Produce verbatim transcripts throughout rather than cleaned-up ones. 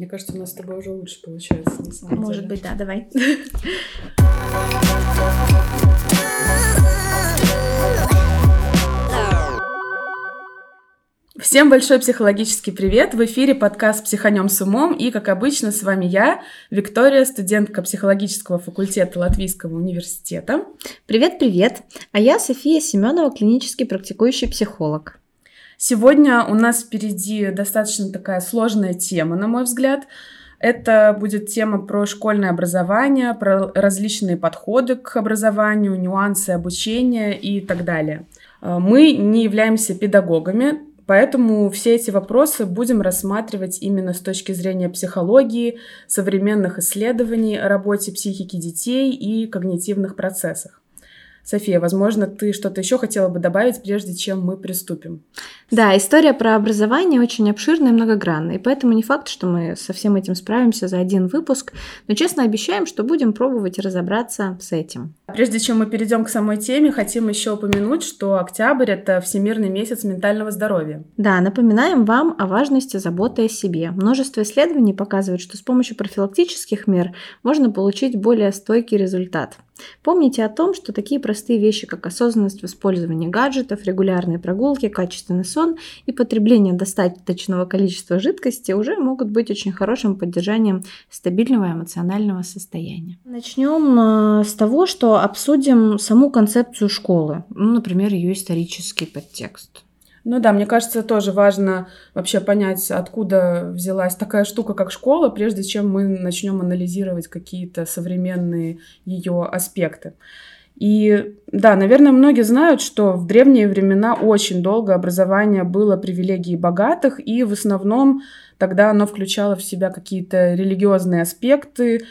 Мне кажется, у нас с тобой уже лучше получается, на самом Может деле. быть, да, давай. Всем большой психологический привет! В эфире подкаст «Психанем с умом», и, как обычно, с вами я, Виктория, студентка психологического факультета Латвийского университета. Привет-привет! А я София Семенова, клинический практикующий психолог. Сегодня у нас впереди достаточно такая сложная тема, на мой взгляд. Это будет тема про школьное образование, про различные подходы к образованию, нюансы обучения и так далее. Мы не являемся педагогами, поэтому все эти вопросы будем рассматривать именно с точки зрения психологии, современных исследований о работе психики детей и когнитивных процессах. София, возможно, ты что-то еще хотела бы добавить, прежде чем мы приступим? Да, история про образование очень обширная и многогранная, и поэтому не факт, что мы со всем этим справимся за один выпуск, но честно обещаем, что будем пробовать разобраться с этим. Прежде чем мы перейдем к самой теме, хотим еще упомянуть, что октябрь – это Всемирный месяц ментального здоровья. Да, напоминаем вам о важности заботы о себе. Множество исследований показывают, что с помощью профилактических мер можно получить более стойкий результат. Помните о том, что такие простые вещи, как осознанность в использовании гаджетов, регулярные прогулки, качественный сон и потребление достаточного количества жидкости уже могут быть очень хорошим поддержанием стабильного эмоционального состояния. Начнем с того, что обсудим саму концепцию школы, ну, например, ее исторический подтекст. Ну да, мне кажется, тоже важно вообще понять, откуда взялась такая штука, как школа, прежде чем мы начнем анализировать какие-то современные ее аспекты. И да, наверное, многие знают, что в древние времена очень долго образование было привилегией богатых, и в основном тогда оно включало в себя какие-то религиозные аспекты,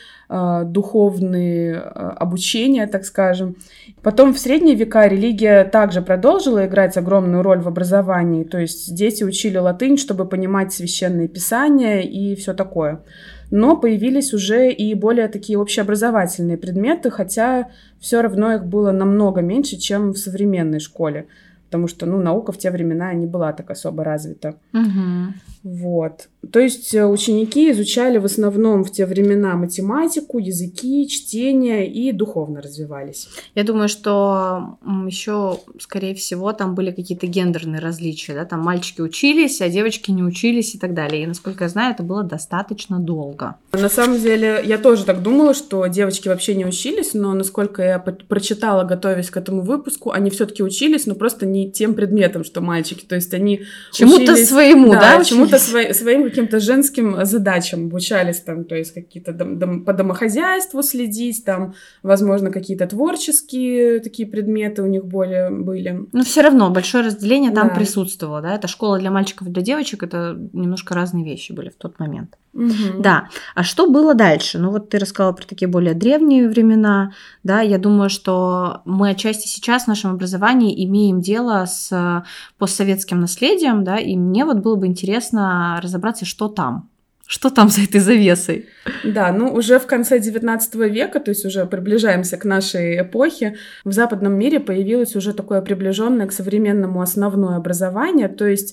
духовные обучения, так скажем. Потом в средние века религия также продолжила играть огромную роль в образовании, то есть дети учили латынь, чтобы понимать священные писания и все такое. Но появились уже и более такие общеобразовательные предметы, хотя все равно их было намного меньше, чем в современной школе, потому что, ну, наука в те времена не была так особо развита. Угу. Вот. То есть ученики изучали в основном в те времена математику, языки, чтение и духовно развивались. Я думаю, что еще, скорее всего, там были какие-то гендерные различия, да, там мальчики учились, а девочки не учились и так далее. И, насколько я знаю, это было достаточно долго. На самом деле, я тоже так думала, что девочки вообще не учились, но насколько я прочитала, готовясь к этому выпуску, они все-таки учились, но просто не тем предметом, что мальчики. То есть они чему-то учились, своему, да? да чему-то свои, своим каким-то женским задачам обучались там, то есть какие-то дом, дом, по домохозяйству следить, там, возможно, какие-то творческие такие предметы у них более были. Но все равно большое разделение там да. присутствовало, да? Это школа для мальчиков и для девочек, это немножко разные вещи были в тот момент. Угу. Да. А что было дальше? Ну вот ты рассказала про такие более древние времена, да, я думаю, что мы отчасти сейчас в нашем образовании имеем дело с постсоветским наследием, да, и мне вот было бы интересно разобраться, что там. Что там за этой завесой? Да, ну уже в конце девятнадцатого века, то есть уже приближаемся к нашей эпохе, в западном мире появилось уже такое приближенное к современному основное образование, то есть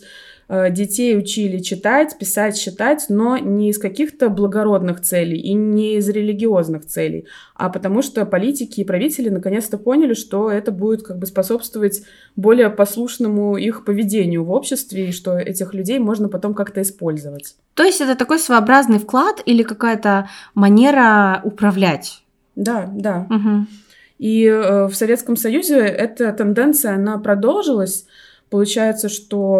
детей учили читать, писать, считать, но не из каких-то благородных целей и не из религиозных целей, а потому что политики и правители наконец-то поняли, что это будет как бы способствовать более послушному их поведению в обществе и что этих людей можно потом как-то использовать. То есть это такой своеобразный вклад или какая-то манера управлять? Да, да. Угу. И э, в Советском Союзе эта тенденция, она продолжилась. Получается,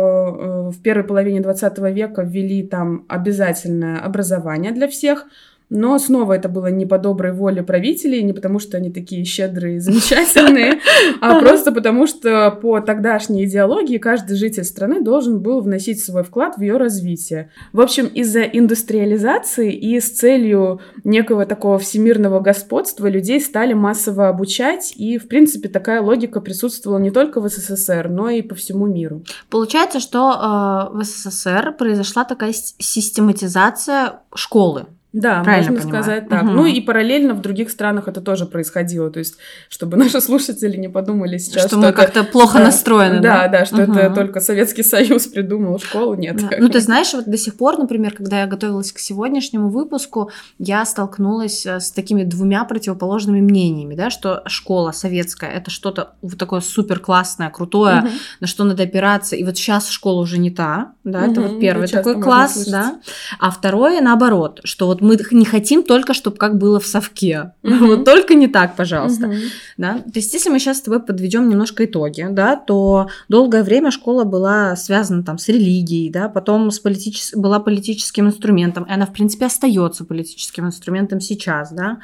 что в первой половине двадцатого века ввели там обязательное образование для всех, но снова это было не по доброй воле правителей, не потому что они такие щедрые и замечательные, а просто потому что по тогдашней идеологии каждый житель страны должен был вносить свой вклад в ее развитие. В общем, из-за индустриализации и с целью некого такого всемирного господства людей стали массово обучать, и, в принципе, такая логика присутствовала не только в СССР, но и по всему миру. Получается, что э, в СССР произошла такая систематизация школы. Да, Правильно можно понимаю? сказать так. Угу. Ну и параллельно в других странах это тоже происходило. То есть, чтобы наши слушатели не подумали сейчас, что, что, мы это... как-то плохо да, настроены, да? Да, да, что угу. это только Советский Союз придумал школу. Нет. Да. Ну, ты знаешь, вот до сих пор, например, когда я готовилась к сегодняшнему выпуску, я столкнулась с такими двумя противоположными мнениями, да, что школа советская — это что-то вот такое супер классное, крутое, угу. на что надо опираться. И вот сейчас школа уже не та, да, угу. это вот первый такой класс, да. А второе, наоборот, что вот мы не хотим только, чтобы как было в совке. Угу. Вот только не так, пожалуйста. Угу. Да? То есть, если мы сейчас с тобой подведем немножко итоги, да, то долгое время школа была связана там с религией, да, потом с политичес... была политическим инструментом, и она, в принципе, остается политическим инструментом сейчас, да.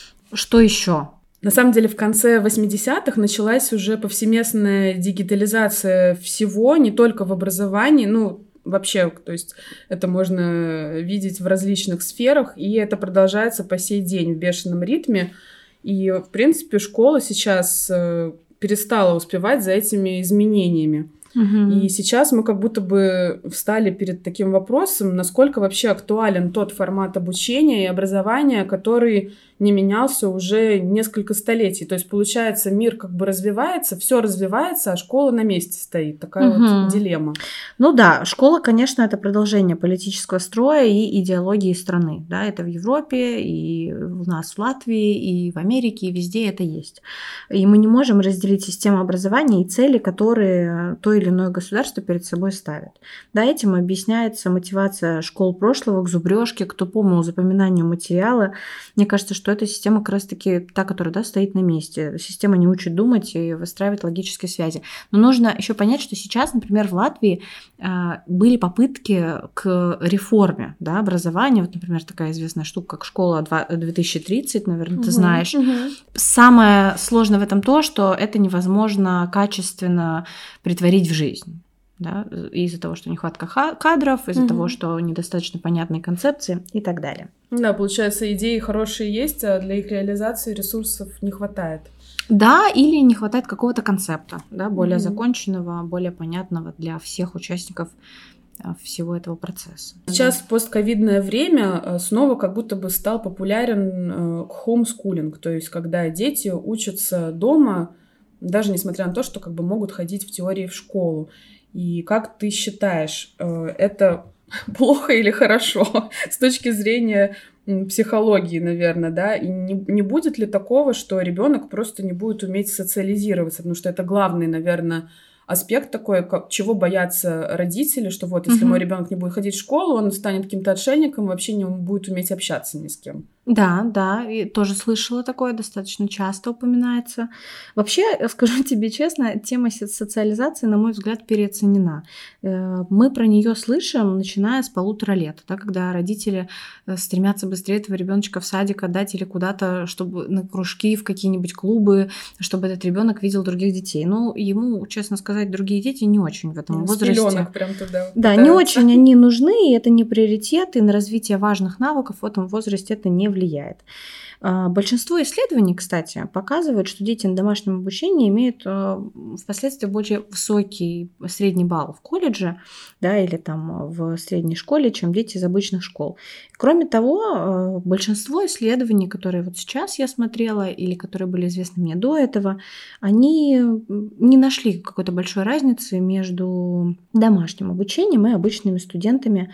Что еще? На самом деле в конце восьмидесятых началась уже повсеместная дигитализация всего, не только в образовании, ну, вообще, то есть это можно видеть в различных сферах, и это продолжается по сей день в бешеном ритме. И, в принципе, школа сейчас перестала успевать за этими изменениями. Угу. И сейчас мы как будто бы встали перед таким вопросом, насколько вообще актуален тот формат обучения и образования, который не менялся уже несколько столетий. То есть, получается, мир как бы развивается, все развивается, а школа на месте стоит. Такая угу. вот дилемма. Ну да, школа, конечно, это продолжение политического строя и идеологии страны. Да, это в Европе, и у нас в Латвии, и в Америке, и везде это есть. И мы не можем разделить систему образования и цели, которые то или иное государство перед собой ставит. Да, этим объясняется мотивация школ прошлого к зубрежке, к тупому запоминанию материала. Мне кажется, что эта система как раз-таки та, которая, да, стоит на месте. Система не учит думать и выстраивать логические связи. Но нужно еще понять, что сейчас, например, в Латвии э, были попытки к реформе, да, образования. Вот, например, такая известная штука, как школа две тысячи тридцать, наверное, угу, ты знаешь. Угу. Самое сложное в этом то, что это невозможно качественно претворить в жизнь. Да, из-за того, что нехватка кадров, из-за угу. того, что недостаточно понятные концепции и так далее. Да, получается, идеи хорошие есть, а для их реализации ресурсов не хватает. Да, или не хватает какого-то концепта, да, более угу. законченного, более понятного для всех участников всего этого процесса. Сейчас в постковидное время снова как будто бы стал популярен хоумскулинг, то есть когда дети учатся дома, даже несмотря на то, что как бы могут ходить в теории в школу. И как ты считаешь, это плохо или хорошо с точки зрения психологии, наверное, да? И не, не будет ли такого, что ребенок просто не будет уметь социализироваться? Потому что это главный, наверное, аспект такой, как, чего боятся родители, что вот если угу. мой ребенок не будет ходить в школу, он станет каким-то отшельником, вообще не будет уметь общаться ни с кем. Да, да, и тоже слышала такое, достаточно часто упоминается. Вообще, скажу тебе честно, тема социализации, на мой взгляд, переоценена. Мы про нее слышим, начиная с полутора лет, да, когда родители стремятся быстрее этого ребеночка в садик отдать или куда-то, чтобы на кружки, в какие-нибудь клубы, чтобы этот ребенок видел других детей. Но ему, честно сказать, другие дети не очень в этом с возрасте. Пелёнок прям туда. Да, пытаются. Не очень они нужны, и это не приоритет, и на развитие важных навыков в этом возрасте это не влияет. влияет. Большинство исследований, кстати, показывают, что дети на домашнем обучении имеют впоследствии более высокий средний балл в колледже, да, или там в средней школе, чем дети из обычных школ. Кроме того, большинство исследований, которые вот сейчас я смотрела или которые были известны мне до этого, они не нашли какой-то большой разницы между домашним обучением и обычными студентами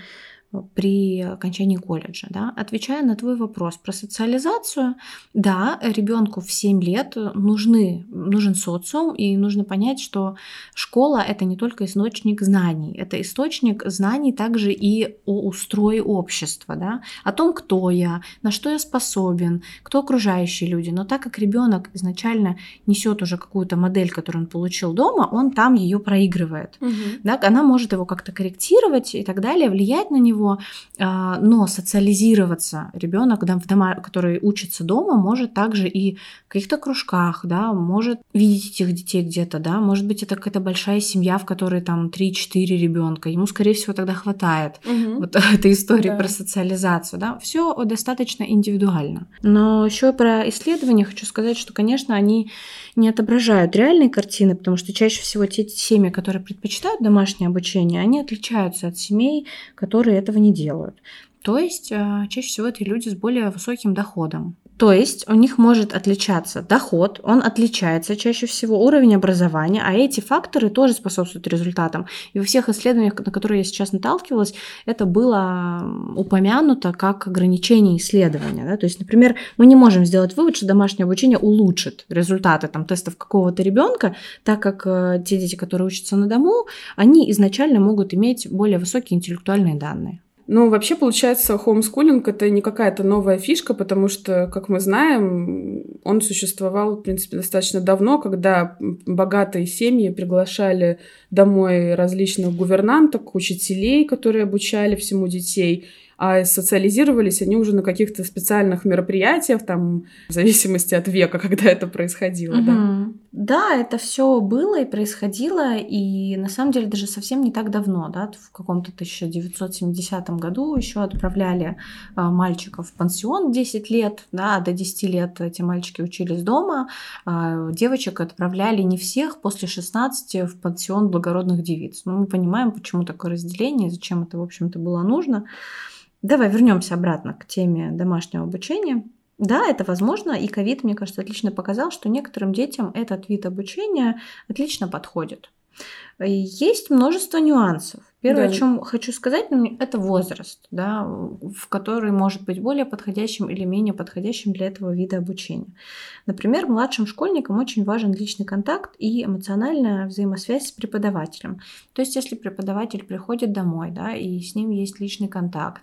при окончании колледжа. Да? Отвечая на твой вопрос про социализацию, да, ребенку в семь лет нужны, нужен социум, и нужно понять, что школа — это не только источник знаний, это источник знаний также и о устрое общества, да? О том, кто я, на что я способен, кто окружающие люди. Но так как ребенок изначально несет уже какую-то модель, которую он получил дома, он там ее проигрывает. Угу. Да? Она может его как-то корректировать и так далее, влиять на него. Но социализироваться ребенок, который учится дома, может также и в каких-то кружках, да, может видеть этих детей где-то, да, может быть, это какая-то большая семья, в которой там три-четыре ребенка, ему, скорее всего, тогда хватает угу. вот этой истории да. про социализацию, да, все достаточно индивидуально. Но еще про исследования хочу сказать, что, конечно, они не отображают реальные картины, потому что чаще всего те семьи, которые предпочитают домашнее обучение, они отличаются от семей, которые этого не делают. То есть э, чаще всего это люди с более высоким доходом. То есть у них может отличаться доход, он отличается чаще всего, уровень образования, а эти факторы тоже способствуют результатам. И во всех исследованиях, на которые я сейчас наталкивалась, это было упомянуто как ограничение исследования. Да? То есть, например, мы не можем сделать вывод, что домашнее обучение улучшит результаты там, тестов какого-то ребенка, так как э, те дети, которые учатся на дому, они изначально могут иметь более высокие интеллектуальные данные. Ну, вообще, получается, хоумскулинг — это не какая-то новая фишка, потому что, как мы знаем, он существовал, в принципе, достаточно давно, когда богатые семьи приглашали домой различных гувернанток, учителей, которые обучали всему детей, а социализировались они уже на каких-то специальных мероприятиях, там, в зависимости от века, когда это происходило, угу. да. Да, это все было и происходило, и на самом деле даже совсем не так давно, да, в каком-то тысяча девятьсот семидесятом году еще отправляли а, мальчиков в пансион десять лет, да, до десяти лет эти мальчики учились дома, а, девочек отправляли не всех после шестнадцати в пансион благородных девиц. Ну, мы понимаем, почему такое разделение, зачем это, в общем-то, было нужно. Давай вернемся обратно к теме домашнего обучения. Да, это возможно, и ковид, мне кажется, отлично показал, что некоторым детям этот вид обучения отлично подходит. Есть множество нюансов. Первое, да. О чем хочу сказать, это возраст, да, в который может быть более подходящим или менее подходящим для этого вида обучения. Например, младшим школьникам очень важен личный контакт и эмоциональная взаимосвязь с преподавателем. То есть, если преподаватель приходит домой, да, и с ним есть личный контакт,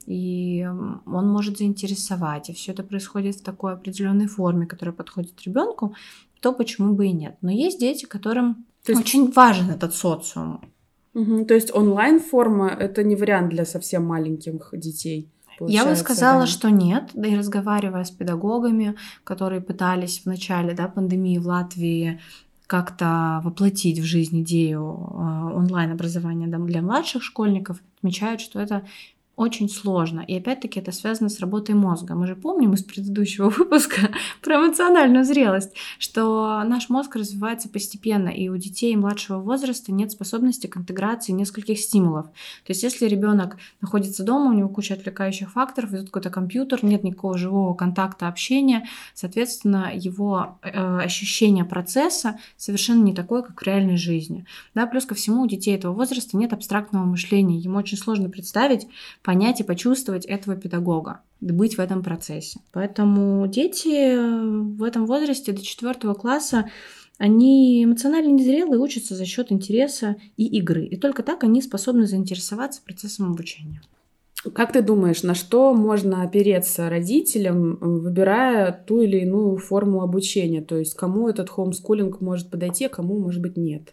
и он может заинтересовать, и все это происходит в такой определенной форме, которая подходит ребенку, то почему бы и нет. Но есть дети, которым то есть... очень важен этот социум. Угу, то есть онлайн-форма — это не вариант для совсем маленьких детей? Я бы сказала, да? что нет. Да и разговаривая с педагогами, которые пытались в начале, да, пандемии в Латвии как-то воплотить в жизнь идею онлайн-образования для младших школьников, отмечают, что это очень сложно. И опять-таки это связано с работой мозга. Мы же помним из предыдущего выпуска про эмоциональную зрелость, что наш мозг развивается постепенно, и у детей младшего возраста нет способности к интеграции нескольких стимулов. То есть если ребенок находится дома, у него куча отвлекающих факторов, идет какой-то компьютер, нет никакого живого контакта, общения, соответственно, его э, ощущение процесса совершенно не такое, как в реальной жизни. Да, плюс ко всему у детей этого возраста нет абстрактного мышления. Ему очень сложно представить, понять и почувствовать этого педагога, быть в этом процессе. Поэтому дети в этом возрасте до четвертого класса, они эмоционально незрелые, учатся за счет интереса и игры. И только так они способны заинтересоваться процессом обучения. Как ты думаешь, на что можно опереться родителям, выбирая ту или иную форму обучения? То есть кому этот хоумскулинг может подойти, а кому, может быть, нет?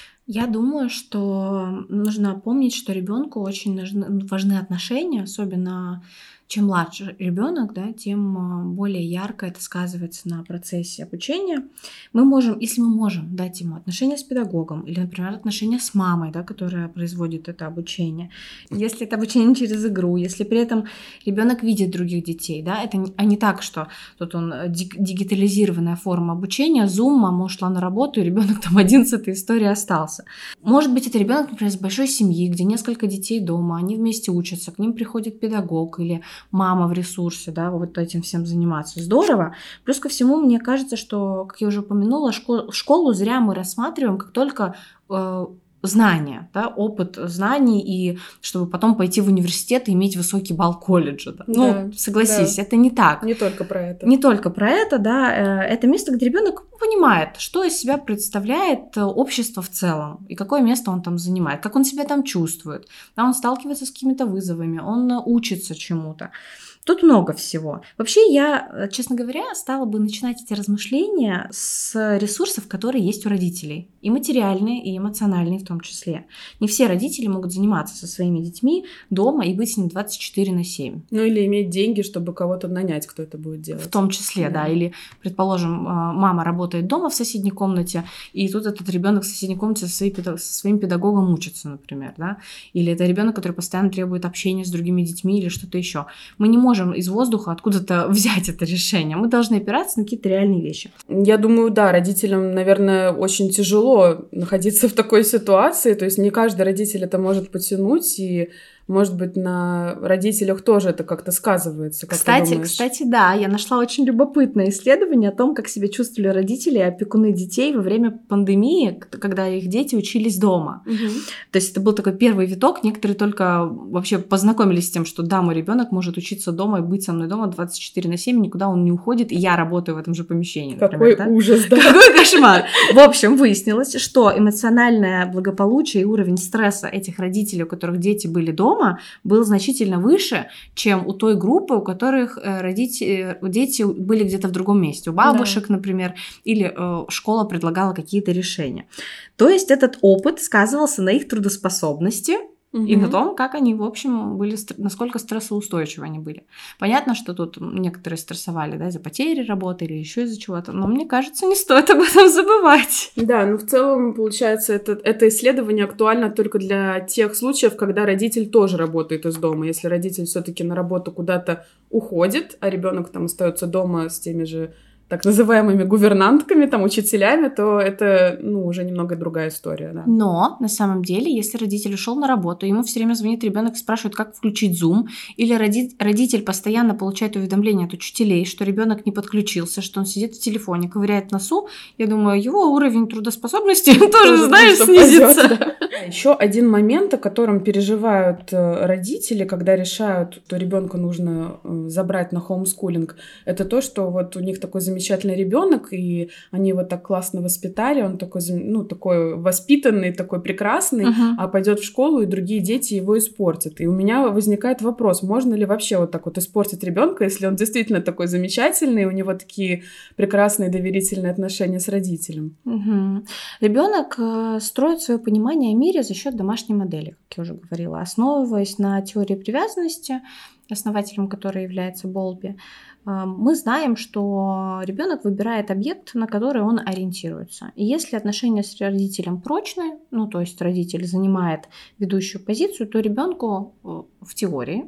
Я думаю, что нужно помнить, что ребенку очень важны, важны отношения, особенно чем младше ребенок, да, тем более ярко это сказывается на процессе обучения. Мы можем, если мы можем дать ему отношения с педагогом или, например, отношения с мамой, да, которая производит это обучение, если это обучение через игру, если при этом ребенок видит других детей, да, это не, а не так, что тут он дигитализированная форма обучения, Zoom, мама ушла на работу, и ребенок там один с этой историей остался. Может быть, это ребенок, например, из большой семьи, где несколько детей дома, они вместе учатся, к ним приходит педагог или мама в ресурсе, да, вот этим всем заниматься. Здорово. Плюс ко всему, мне кажется, что, как я уже упомянула, школу, школу зря мы рассматриваем как только э, знания, да, опыт знаний, и чтобы потом пойти в университет и иметь высокий балл колледжа. Да. Да, ну, согласись, да. Это не так. Не только про это. Не только про это, да. Это место, где ребенок понимает, что из себя представляет общество в целом, и какое место он там занимает, как он себя там чувствует. Да, он сталкивается с какими-то вызовами, он учится чему-то. Тут много всего. Вообще, я, честно говоря, стала бы начинать эти размышления с ресурсов, которые есть у родителей. И материальные, и эмоциональные в том числе. Не все родители могут заниматься со своими детьми дома и быть с ними двадцать четыре на семь. Ну, или иметь деньги, чтобы кого-то нанять, кто это будет делать. В том числе, да. да. Или, предположим, мама работает дома в соседней комнате, и тут этот ребенок в соседней комнате со, своей, со своим педагогом учится, например, да. Или это ребенок, который постоянно требует общения с другими детьми или что-то еще. Мы не можем из воздуха откуда-то взять это решение. Мы должны опираться на какие-то реальные вещи. Я думаю, да, родителям, наверное, очень тяжело находиться в такой ситуации. То есть не каждый родитель это может потянуть, и может быть, на родителях тоже это как-то сказывается. Как кстати, кстати, да, я нашла очень любопытное исследование о том, как себя чувствовали родители и опекуны детей во время пандемии, когда их дети учились дома. Угу. То есть это был такой первый виток. Некоторые только вообще познакомились с тем, что да, мой ребенок может учиться дома и быть со мной дома двадцать четыре на семь, никуда он не уходит, и я работаю в этом же помещении. Какой например, да? ужас, да. Какой кошмар. В общем, выяснилось, что эмоциональное благополучие и уровень стресса этих родителей, у которых дети были дома, был значительно выше, чем у той группы, у которых родители, дети были где-то в другом месте. У бабушек, да. например, или э, школа предлагала какие-то решения. То есть этот опыт сказывался на их трудоспособности, угу. и на том, как они, в общем, были, насколько стрессоустойчивы они были. Понятно, что тут некоторые стрессовали, да, из-за потери работы или еще из-за чего-то, но мне кажется, не стоит об этом забывать. Да, ну в целом, получается, это, это исследование актуально только для тех случаев, когда родитель тоже работает из дома. Если родитель все-таки на работу куда-то уходит, а ребенок там остается дома с теми же так называемыми гувернантками, там, учителями, то это, ну, уже немного другая история, да. Но, на самом деле, если родитель ушел на работу, ему все время звонит ребенок и спрашивает, как включить Zoom, или роди- родитель постоянно получает уведомления от учителей, что ребенок не подключился, что он сидит в телефоне, ковыряет носу, я думаю, его уровень трудоспособности тоже, знаешь, снизится. Еще один момент, о котором переживают родители, когда решают, что ребенка нужно забрать на хоумскулинг, это то, что вот у них такой замечательный замечательный ребенок, и они его так классно воспитали, он такой, ну, такой воспитанный, такой прекрасный, uh-huh. а пойдет в школу, и другие дети его испортят. И у меня возникает вопрос, можно ли вообще вот так вот испортить ребенка, если он действительно такой замечательный, у него такие прекрасные доверительные отношения с родителем. Uh-huh. Ребенок строит свое понимание о мире за счет домашней модели, как я уже говорила, основываясь на теории привязанности, основателем которой является Болби. Мы знаем, что ребенок выбирает объект, на который он ориентируется. И если отношения с родителем прочные, ну то есть родитель занимает ведущую позицию, то ребенку в теории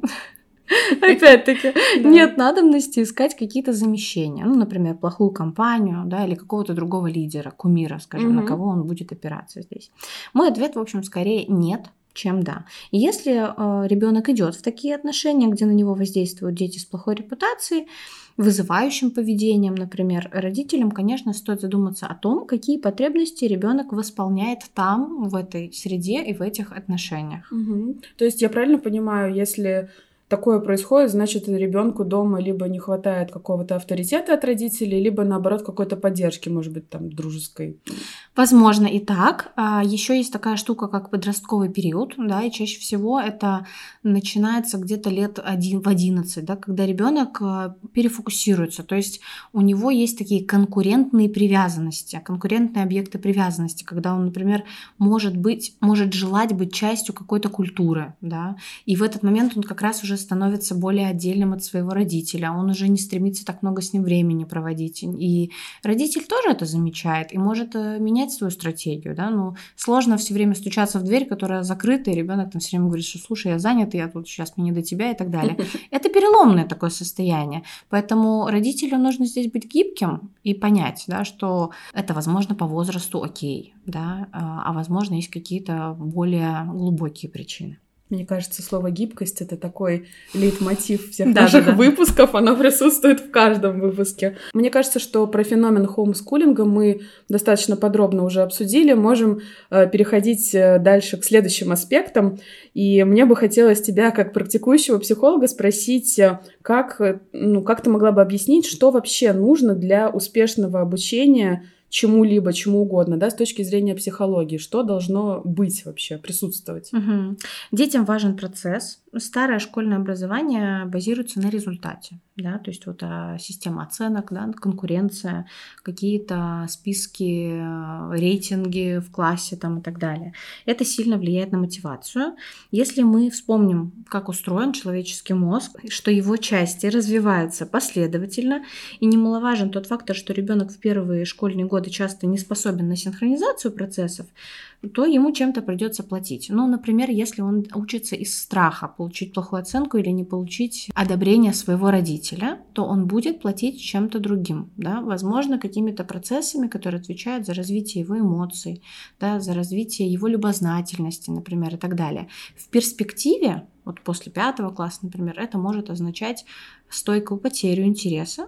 опять-таки нет надобности искать какие-то замещения. Ну, например, плохую компанию, да, или какого-то другого лидера, кумира, скажем, на кого он будет опираться здесь. Мой ответ, в общем, скорее нет, чем да. И если э, ребенок идет в такие отношения, где на него воздействуют дети с плохой репутацией, вызывающим поведением, например, родителям, конечно, стоит задуматься о том, какие потребности ребенок восполняет там, в этой среде и в этих отношениях. Угу. То есть я правильно понимаю, если такое происходит, значит, ребенку дома либо не хватает какого-то авторитета от родителей, либо, наоборот, какой-то поддержки, может быть, там, дружеской. Возможно, и так. Еще есть такая штука, как подростковый период, да, и чаще всего это начинается где-то лет один в одиннадцать, да, когда ребенок перефокусируется, то есть у него есть такие конкурентные привязанности, конкурентные объекты привязанности, когда он, например, может быть, может желать быть частью какой-то культуры, да, и в этот момент он как раз уже становится более отдельным от своего родителя, он уже не стремится так много с ним времени проводить, и родитель тоже это замечает и может менять свою стратегию, да, ну, сложно все время стучаться в дверь, которая закрыта, и ребенок там все время говорит, что слушай, я занят, я тут сейчас мне не до тебя и так далее. Это переломное такое состояние, поэтому родителю нужно здесь быть гибким и понять, да, что это, возможно, по возрасту окей, да, а возможно, есть какие-то более глубокие причины. Мне кажется, слово «гибкость» — это такой лейтмотив всех да, наших да, да. выпусков, оно присутствует в каждом выпуске. Мне кажется, что про феномен хоумскулинга мы достаточно подробно уже обсудили, можем э, переходить дальше к следующим аспектам, и мне бы хотелось тебя, как практикующего психолога, спросить, как, ну, как ты могла бы объяснить, что вообще нужно для успешного обучения чему-либо, чему угодно, да, с точки зрения психологии, что должно быть вообще, присутствовать. Угу. Детям важен процесс. Старое школьное образование базируется на результате, да, то есть вот а, система оценок, да, конкуренция, какие-то списки, рейтинги в классе там, и так далее. Это сильно влияет на мотивацию. Если мы вспомним, как устроен человеческий мозг, что его части развиваются последовательно, и немаловажен тот фактор, что ребенок в первые школьные годы годы часто не способен на синхронизацию процессов, то ему чем-то придется платить. Ну, например, если он учится из страха получить плохую оценку или не получить одобрение своего родителя, то он будет платить чем-то другим, да, возможно, какими-то процессами, которые отвечают за развитие его эмоций, да, за развитие его любознательности, например, и так далее. В перспективе, вот после пятого класса, например, это может означать стойкую потерю интереса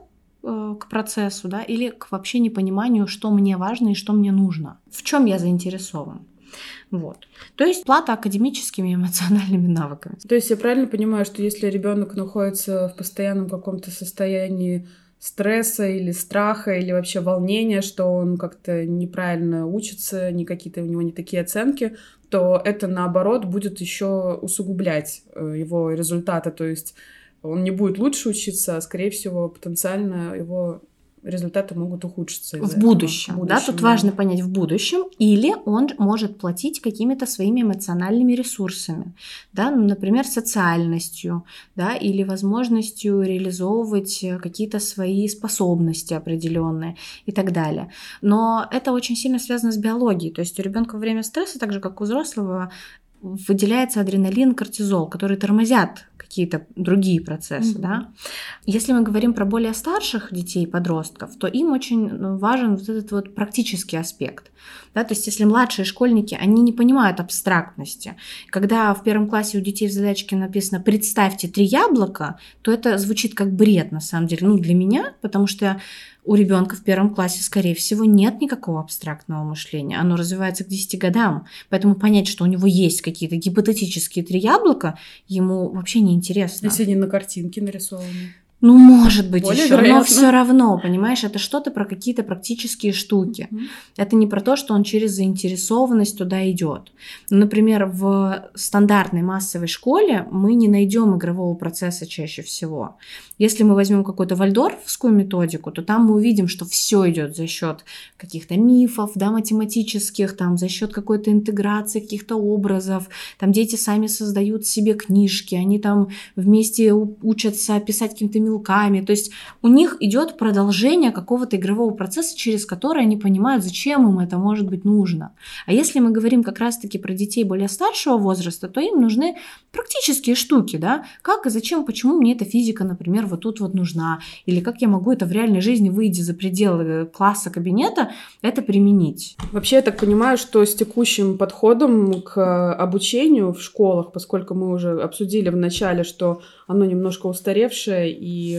к процессу, да, или к вообще непониманию, что мне важно и что мне нужно, в чем я заинтересован. Вот. То есть плата академическими и эмоциональными навыками. То есть я правильно понимаю, что если ребенок находится в постоянном каком-то состоянии стресса или страха, или вообще волнения, что он как-то неправильно учится, не какие-то у него не такие оценки, то это, наоборот, будет еще усугублять его результаты, то есть он не будет лучше учиться, а, скорее всего, потенциально его результаты могут ухудшиться. В будущем, в будущем, да, тут да. важно понять в будущем, или он может платить какими-то своими эмоциональными ресурсами, да, ну, например, социальностью, да, или возможностью реализовывать какие-то свои способности определенные и так далее. Но это очень сильно связано с биологией, то есть у ребенка во время стресса, так же как у взрослого, выделяется адреналин, кортизол, которые тормозят какие-то другие процессы. Mm-hmm. Да? Если мы говорим про более старших детей и подростков, то им очень важен вот этот вот практический аспект. Да? То есть если младшие школьники, они не понимают абстрактности. Когда в первом классе у детей в задачке написано «представьте три яблока», то это звучит как бред на самом деле. Ну, для меня, потому что у ребенка в первом классе, скорее всего, нет никакого абстрактного мышления. Оно развивается к десяти годам. Поэтому понять, что у него есть какие-то гипотетические три яблока, ему вообще не интересно. Если они на картинке нарисованы. Ну, может быть, более еще, вероятно. Но все равно, понимаешь, это что-то про какие-то практические штуки. Mm-hmm. Это не про то, что он через заинтересованность туда идет. Например, в стандартной массовой школе мы не найдем игрового процесса чаще всего. Если мы возьмем какую-то вальдорфскую методику, то там мы увидим, что все идет за счет каких-то мифов, да, математических, там, за счет какой-то интеграции каких-то образов. Там дети сами создают себе книжки, они там вместе учатся писать какими-то мелками. То есть у них идет продолжение какого-то игрового процесса, через который они понимают, зачем им это может быть нужно. А если мы говорим как раз-таки про детей более старшего возраста, то им нужны практические штуки, да, как и зачем, почему мне эта физика, например, вот тут вот нужна, или как я могу это в реальной жизни, выйдя за пределы класса, кабинета, это применить. Вообще, я так понимаю, что с текущим подходом к обучению в школах, поскольку мы уже обсудили в начале, что оно немножко устаревшее и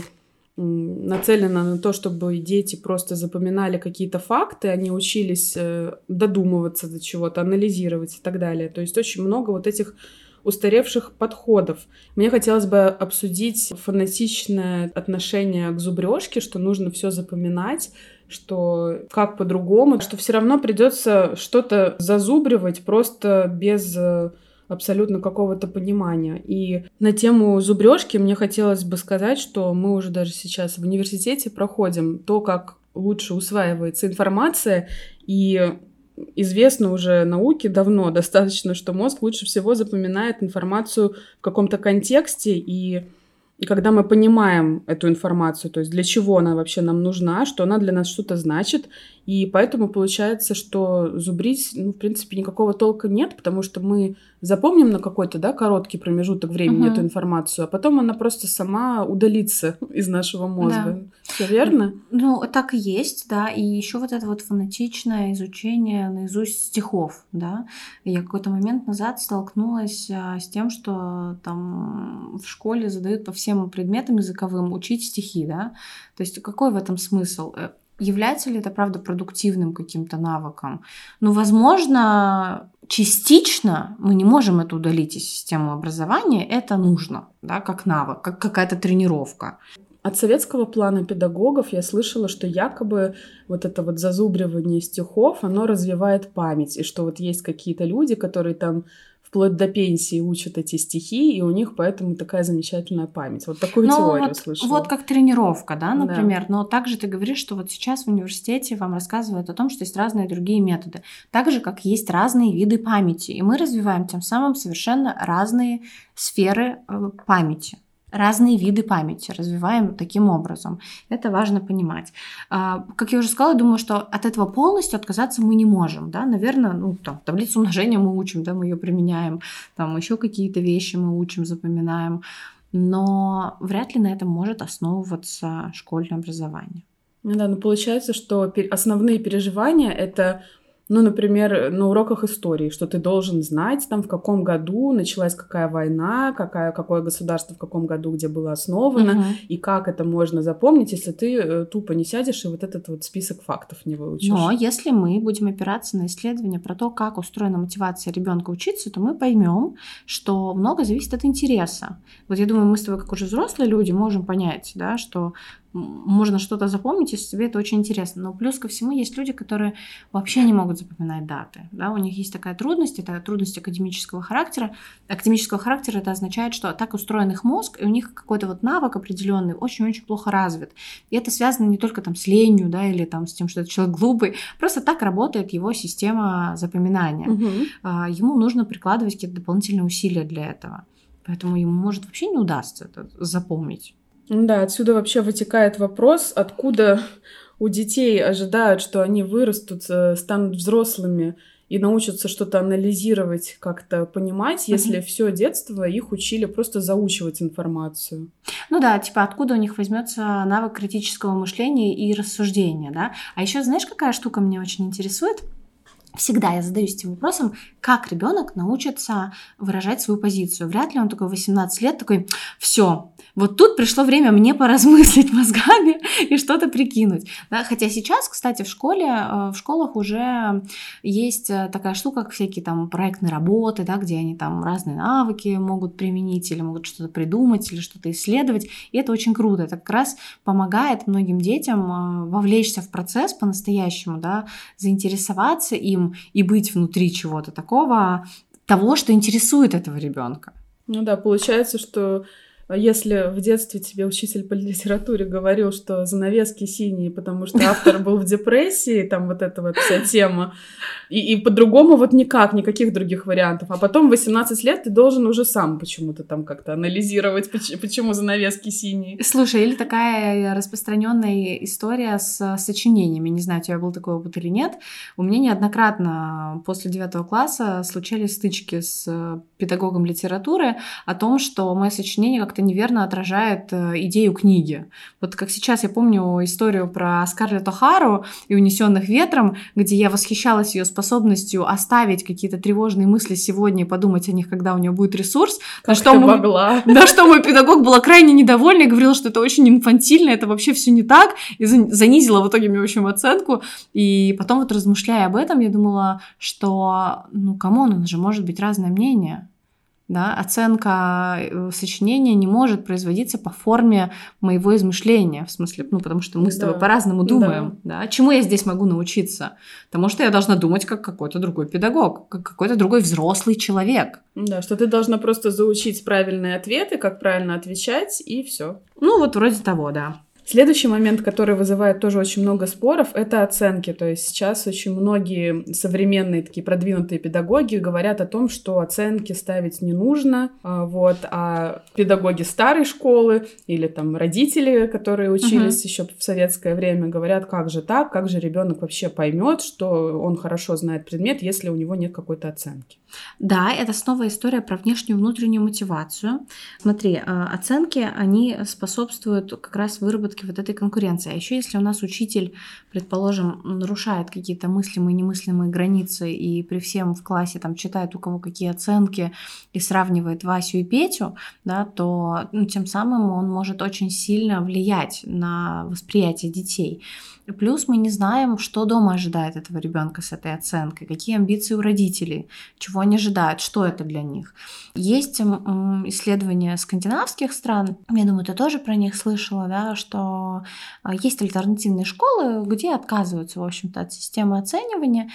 нацелено на то, чтобы дети просто запоминали какие-то факты, они учились додумываться до чего-то, анализировать и так далее. То есть очень много вот этих устаревших подходов. Мне хотелось бы обсудить фанатичное отношение к зубрежке, что нужно все запоминать, что как по-другому, что все равно придется что-то зазубривать просто без абсолютно какого-то понимания. И на тему зубрежки мне хотелось бы сказать, что мы уже даже сейчас в университете проходим то, как лучше усваивается информация, и известно уже науке давно достаточно, что мозг лучше всего запоминает информацию в каком-то контексте, и, и когда мы понимаем эту информацию, то есть для чего она вообще нам нужна, что она для нас что-то значит, и поэтому получается, что зубрить, ну, в принципе, никакого толка нет, потому что мы запомним на какой-то, да, короткий промежуток времени uh-huh. эту информацию, а потом она просто сама удалится из нашего мозга. Да. Все верно? Ну, так и есть, да. И еще вот это вот фанатичное изучение наизусть стихов, да. Я какой-то момент назад столкнулась а, с тем, что там в школе задают по всем предметам языковым учить стихи, да. То есть какой в этом смысл? Является ли это, правда, продуктивным каким-то навыком? Ну, возможно, частично мы не можем это удалить из системы образования, это нужно, да, как навык, как какая-то тренировка. От советского плана педагогов я слышала, что якобы вот это вот зазубривание стихов, оно развивает память, и что вот есть какие-то люди, которые там вплоть до пенсии учат эти стихи, и у них поэтому такая замечательная память. Вот такую Но теорию вот, слышала. Вот как тренировка, да, например. Да. Но также ты говоришь, что вот сейчас в университете вам рассказывают о том, что есть разные другие методы. Так же, как есть разные виды памяти. И мы развиваем тем самым совершенно разные сферы памяти. Разные виды памяти развиваем таким образом. Это важно понимать. Как я уже сказала, думаю, что от этого полностью отказаться мы не можем. Да? Наверное, ну, там, таблицу умножения мы учим, да, мы ее применяем, там еще какие-то вещи мы учим, запоминаем, но вряд ли на этом может основываться школьное образование. Ну да, но получается, что основные переживания — это, ну, например, на уроках истории, что ты должен знать, там, в каком году началась какая война, какая, какое государство в каком году где было основано, Угу. и как это можно запомнить, если ты тупо не сядешь и вот этот вот список фактов не выучишь. Но если мы будем опираться на исследования про то, как устроена мотивация ребенка учиться, то мы поймем, что много зависит от интереса. Вот я думаю, мы с тобой, как уже взрослые люди, можем понять, да, что можно что-то запомнить, если тебе это очень интересно. Но плюс ко всему есть люди, которые вообще не могут запоминать даты. Да? У них есть такая трудность, это трудность академического характера. Академического характера это означает, что так устроен их мозг, и у них какой-то вот навык определенный очень-очень плохо развит. И это связано не только там с ленью, да, или там с тем, что этот человек глупый, просто так работает его система запоминания. Угу. Ему нужно прикладывать какие-то дополнительные усилия для этого. Поэтому ему может вообще не удастся это запомнить. Да, отсюда вообще вытекает вопрос, откуда у детей ожидают, что они вырастут, станут взрослыми и научатся что-то анализировать, как-то понимать, если mm-hmm. все детство их учили просто заучивать информацию. Ну да, типа откуда у них возьмется навык критического мышления и рассуждения, да? А еще знаешь, какая штука меня очень интересует? Всегда я задаюсь этим вопросом, как ребенок научится выражать свою позицию. Вряд ли он такой восемнадцать лет такой, все, вот тут пришло время мне поразмыслить мозгами и что-то прикинуть. Да? Хотя сейчас, кстати, в школе, в школах уже есть такая штука, как всякие там проектные работы, да, где они там разные навыки могут применить или могут что-то придумать или что-то исследовать. И это очень круто. Это как раз помогает многим детям вовлечься в процесс по-настоящему, да, заинтересоваться им и быть внутри чего-то такого, того, что интересует этого ребенка. Ну да, получается, что если в детстве тебе учитель по литературе говорил, что занавески синие, потому что автор был в депрессии, там вот эта вот вся тема, и, и по-другому вот никак, никаких других вариантов. А потом в восемнадцать лет ты должен уже сам почему-то там как-то анализировать, почему занавески синие. Слушай, или такая распространенная история с сочинениями. Не знаю, у тебя был такой опыт или нет. У меня неоднократно после девятого класса случались стычки с педагогом литературы о том, что мое сочинение как-то неверно отражает идею книги. Вот как сейчас я помню историю про Скарлетт О'Хару и «Унесённых ветром», где я восхищалась ее способностью оставить какие-то тревожные мысли сегодня и подумать о них, когда у нее будет ресурс. Как на что ты мой, могла? На что мой педагог была крайне недовольна и говорила, что это очень инфантильно, это вообще все не так, и занизила в итоге мне, в общем, оценку. И потом вот размышляя об этом, я думала, что, ну, камон, у нас же может быть разное мнение. Да, оценка сочинения не может производиться по форме моего измышления, в смысле, ну, потому что мы с тобой да. по-разному думаем. Да. Да. Чему я здесь могу научиться? Потому что я должна думать как какой-то другой педагог, как какой-то другой взрослый человек. Да, что ты должна просто заучить правильные ответы, как правильно отвечать, и все. Ну, вот вроде того, да. Следующий момент, который вызывает тоже очень много споров, это оценки. То есть сейчас очень многие современные такие продвинутые педагоги говорят о том, что оценки ставить не нужно, вот, а педагоги старой школы или там родители, которые учились uh-huh. еще в советское время, говорят, как же так, как же ребенок вообще поймет, что он хорошо знает предмет, если у него нет какой-то оценки. Да, это снова история про внешнюю и внутреннюю мотивацию. Смотри, оценки, они способствуют как раз выработке вот этой конкуренции. А еще если у нас учитель, предположим, нарушает какие-то мыслимые и немыслимые границы и при всем в классе там читает, у кого какие оценки, и сравнивает Васю и Петю, да, то ну, тем самым он может очень сильно влиять на восприятие детей. Плюс мы не знаем, что дома ожидает этого ребенка с этой оценкой, какие амбиции у родителей, чего они ожидают, что это для них. Есть исследования скандинавских стран, я думаю, ты тоже про них слышала, да, что есть альтернативные школы, где отказываются, в общем-то, от системы оценивания,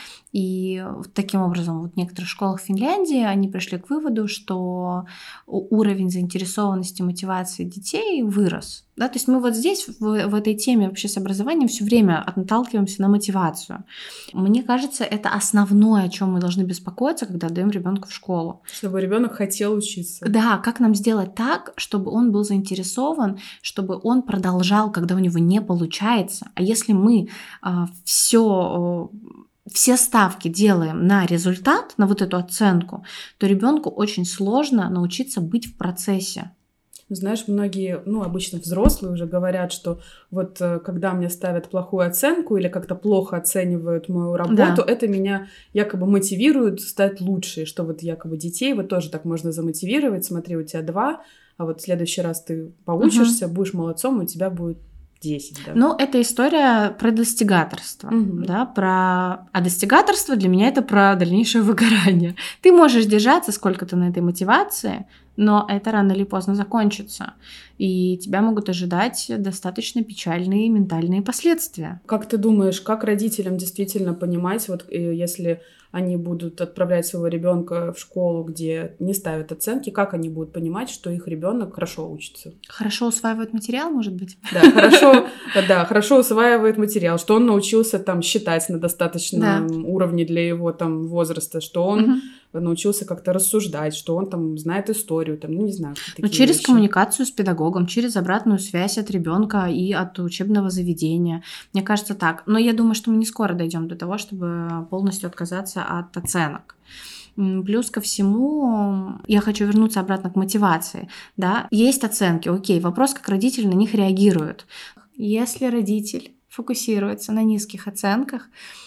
и таким образом вот в некоторых школах Финляндии они пришли к выводу, что уровень заинтересованности, мотивации детей вырос. Да, то есть мы вот здесь, в, в этой теме вообще с образованием все время наталкиваемся на мотивацию. Мне кажется, это основное, о чем мы должны беспокоиться, когда отдаем ребенка в школу. Чтобы ребенок хотел учиться. Да, как нам сделать так, чтобы он был заинтересован, чтобы он продолжал, когда у него не получается. А если мы э, все... все ставки делаем на результат, на вот эту оценку, то ребенку очень сложно научиться быть в процессе. Знаешь, многие, ну, обычно взрослые уже говорят, что вот когда мне ставят плохую оценку или как-то плохо оценивают мою работу, да. это меня якобы мотивирует стать лучше, что вот якобы детей вот тоже так можно замотивировать, смотри, у тебя два, а вот в следующий раз ты поучишься, угу. будешь молодцом, у тебя будет десять, да. Ну, это история про достигаторство, угу. да, про... А достигаторство для меня это про дальнейшее выгорание. Ты можешь держаться сколько-то на этой мотивации, но это рано или поздно закончится, и тебя могут ожидать достаточно печальные ментальные последствия. Как ты думаешь, как родителям действительно понимать, вот если они будут отправлять своего ребенка в школу, где не ставят оценки, как они будут понимать, что их ребенок хорошо учится? Хорошо усваивает материал, может быть? Да, хорошо, да, хорошо усваивает материал, что он научился там считать на достаточном да. уровне для его там возраста, что он угу. научился как-то рассуждать, что он там знает историю, там, ну не знаю. Ну, через вещи. Коммуникацию с педагогом, через обратную связь от ребенка и от учебного заведения. Мне кажется так. Но я думаю, что мы не скоро дойдем до того, чтобы полностью отказаться от оценок. Плюс ко всему, я хочу вернуться обратно к мотивации. Да? Есть оценки, окей, вопрос, как родители на них реагируют. Если родитель фокусируется на низких оценках,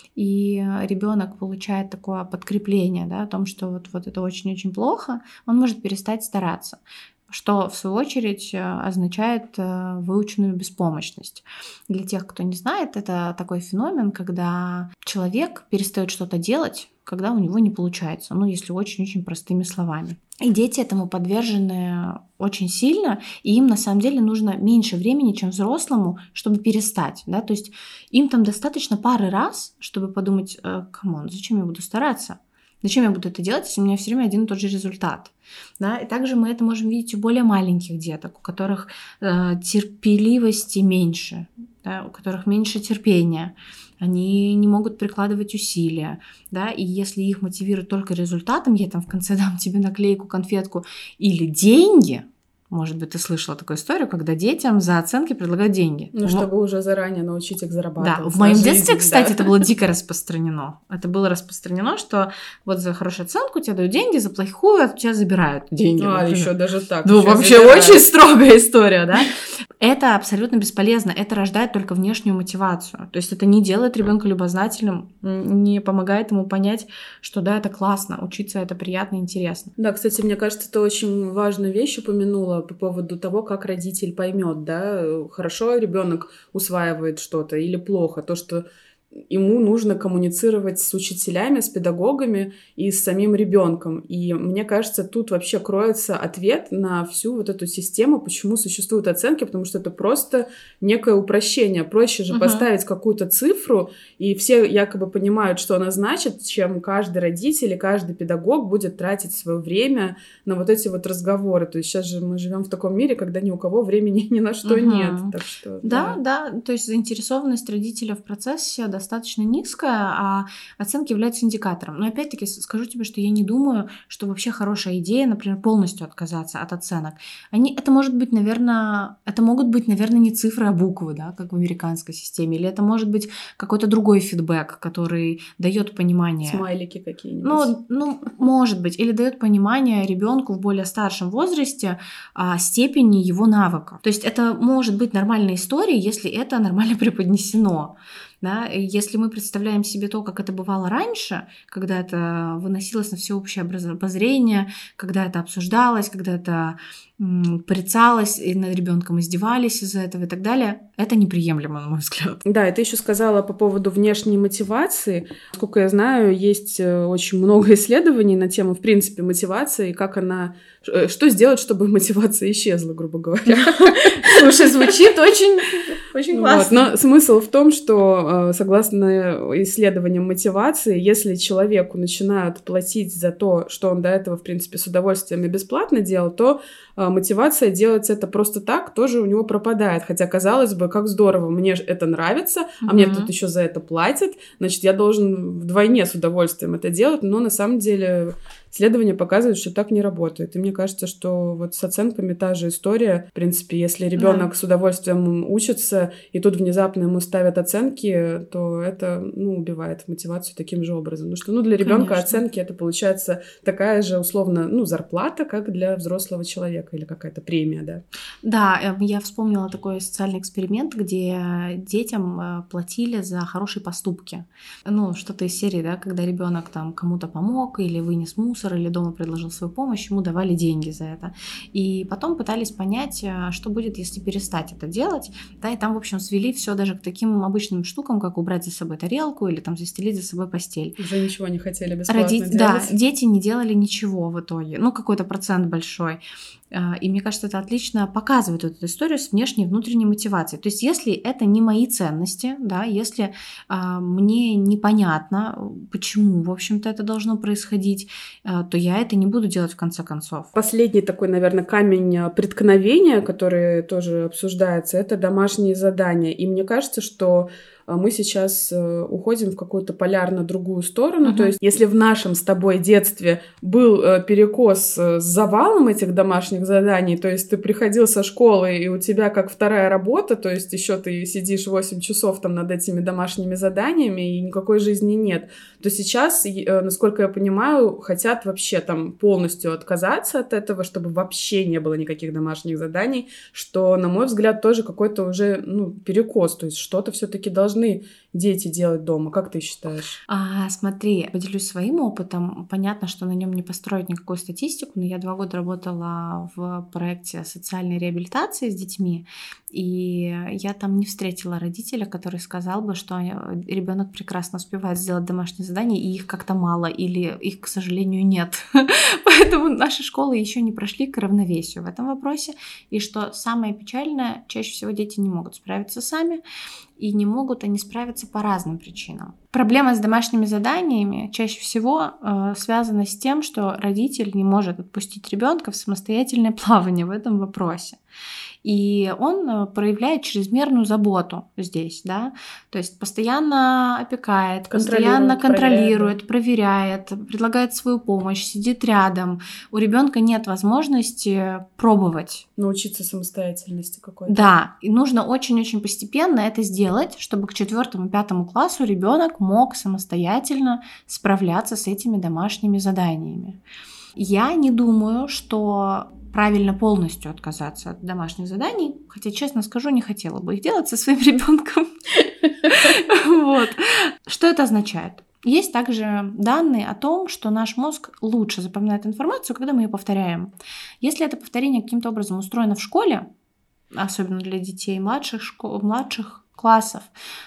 и ребенок получает такое подкрепление, да, о том, что вот, вот это очень-очень плохо, он может перестать стараться, что в свою очередь означает выученную беспомощность. Для тех, кто не знает, это такой феномен, когда человек перестает что-то делать, когда у него не получается, ну, если очень-очень простыми словами. И дети этому подвержены очень сильно, и им на самом деле нужно меньше времени, чем взрослому, чтобы перестать, да, то есть им там достаточно пары раз, чтобы подумать, камон, зачем я буду стараться? Зачем я буду это делать, если у меня все время один и тот же результат? Да? И также мы это можем видеть у более маленьких деток, у которых э, терпеливости меньше, да, у которых меньше терпения. Они не могут прикладывать усилия, да, и если их мотивирует только результатом, я там в конце дам тебе наклейку, конфетку или деньги, может быть, ты слышала такую историю, когда детям за оценки предлагают деньги. Ну, чтобы уже заранее научить их зарабатывать. Да, в моем детстве, кстати, да. это было дико распространено. Это было распространено, что вот за хорошую оценку тебе дают деньги, за плохую от тебя забирают деньги. А, например. Еще даже так. Ну, вообще забирают. Очень строгая история, да? Это абсолютно бесполезно. Это рождает только внешнюю мотивацию. То есть это не делает ребенка любознательным, не помогает ему понять, что да, это классно, учиться это приятно и интересно. Да, кстати, мне кажется, ты очень важную вещь упомянула по поводу того, как родитель поймет, да, хорошо ребенок усваивает что-то или плохо. То, что ему нужно коммуницировать с учителями, с педагогами и с самим ребенком. И мне кажется, тут вообще кроется ответ на всю вот эту систему, почему существуют оценки, потому что это просто некое упрощение. Проще же uh-huh. поставить какую-то цифру, и все якобы понимают, что она значит, чем каждый родитель и каждый педагог будет тратить свое время на вот эти вот разговоры. То есть сейчас же мы живем в таком мире, когда ни у кого времени ни на что uh-huh. нет. Так что, да, да, да, то есть заинтересованность родителя в процессе достаточно низкая, а оценки являются индикатором. Но опять-таки скажу тебе, что я не думаю, что вообще хорошая идея, например, полностью отказаться от оценок. Они, это может быть, наверное, это могут быть, наверное, не цифры, а буквы, да, как в американской системе, или это может быть какой-то другой фидбэк, который дает понимание. Смайлики какие-нибудь. Ну, ну, может быть, или дает понимание ребенку в более старшем возрасте а, степени его навыков. То есть это может быть нормальная история, если это нормально преподнесено. Да? Если мы представляем себе то, как это бывало раньше, когда это выносилось на всеобщее обозрение, когда это обсуждалось, когда это м, порицалось, и над ребенком издевались из-за этого и так далее, это неприемлемо, на мой взгляд. Да, и ты еще сказала по поводу внешней мотивации. Насколько я знаю, есть очень много исследований на тему, в принципе, мотивации, и как она... Что сделать, чтобы мотивация исчезла, грубо говоря. Слушай, звучит очень, очень классно. Вот. Но смысл в том, что согласно исследованиям мотивации, если человеку начинают платить за то, что он до этого, в принципе, с удовольствием и бесплатно делал, то мотивация делать это просто так тоже у него пропадает. Хотя, казалось бы, как здорово, мне это нравится, mm-hmm. а мне тут еще за это платят, значит, я должен вдвойне с удовольствием это делать, но на самом деле исследования показывают, что так не работает. И мне кажется, что вот с оценками та же история. В принципе, если ребенок да. с удовольствием учится, и тут внезапно ему ставят оценки, то это, ну, убивает мотивацию таким же образом. Потому что, ну, для ребенка оценки это получается такая же, условно, ну, зарплата, как для взрослого человека, или какая-то премия, да. Да, я вспомнила такой социальный эксперимент, где детям платили за хорошие поступки. Ну, что-то из серии, да, когда ребенок там кому-то помог или вынес мусор, или дома предложил свою помощь, ему давали деньги за это. И потом пытались понять, что будет, если перестать это делать. Да, и там, в общем, свели все даже к таким обычным штукам, как убрать за собой тарелку или там застелить за собой постель. Уже ничего не хотели бесплатно Роди... делать. Да, дети не делали ничего в итоге. Ну, какой-то процент большой. И мне кажется, это отлично показывает эту историю с внешней и внутренней мотивацией. То есть, если это не мои ценности, да, если а, мне непонятно, почему, в общем-то, это должно происходить, а, то я это не буду делать в конце концов. Последний такой, наверное, камень преткновения, который тоже обсуждается, это домашние задания. И мне кажется, что мы сейчас уходим в какую-то полярно другую сторону. Uh-huh. То есть, если в нашем с тобой детстве был перекос с завалом этих домашних заданий, то есть ты приходил со школы, и у тебя как вторая работа, то есть еще ты сидишь восемь часов там над этими домашними заданиями, и никакой жизни нет, то сейчас, насколько я понимаю, хотят вообще там полностью отказаться от этого, чтобы вообще не было никаких домашних заданий, что, на мой взгляд, тоже какой-то уже, ну, перекос, то есть что-то все-таки должно дети делать дома. Как ты считаешь? А, смотри, поделюсь своим опытом. Понятно, что на нем не построить никакую статистику, но я два года работала в проекте социальной реабилитации с детьми, и я там не встретила родителя, который сказал бы, что ребенок прекрасно успевает сделать домашние задания, и их как-то мало, или их, к сожалению, нет. Поэтому наши школы еще не прошли к равновесию в этом вопросе. И что самое печальное, чаще всего дети не могут справиться сами, и не могут они справиться по разным причинам. Проблема с домашними заданиями чаще всего э, связана с тем, что родитель не может отпустить ребенка в самостоятельное плавание в этом вопросе. И он проявляет чрезмерную заботу здесь, да, то есть постоянно опекает, постоянно контролирует, проверяет, проверяет, предлагает свою помощь, сидит рядом. У ребенка нет возможности пробовать. Научиться самостоятельности какой-то. Да, и нужно очень-очень постепенно это сделать, чтобы к четвертому, пятому классу ребенок мог самостоятельно справляться с этими домашними заданиями. Я не думаю, что правильно полностью отказаться от домашних заданий, хотя, честно скажу, не хотела бы их делать со своим ребенком. Вот. Что это означает? Есть также данные о том, что наш мозг лучше запоминает информацию, когда мы ее повторяем. Если это повторение каким-то образом устроено в школе, особенно для детей младших, школ, младших классов,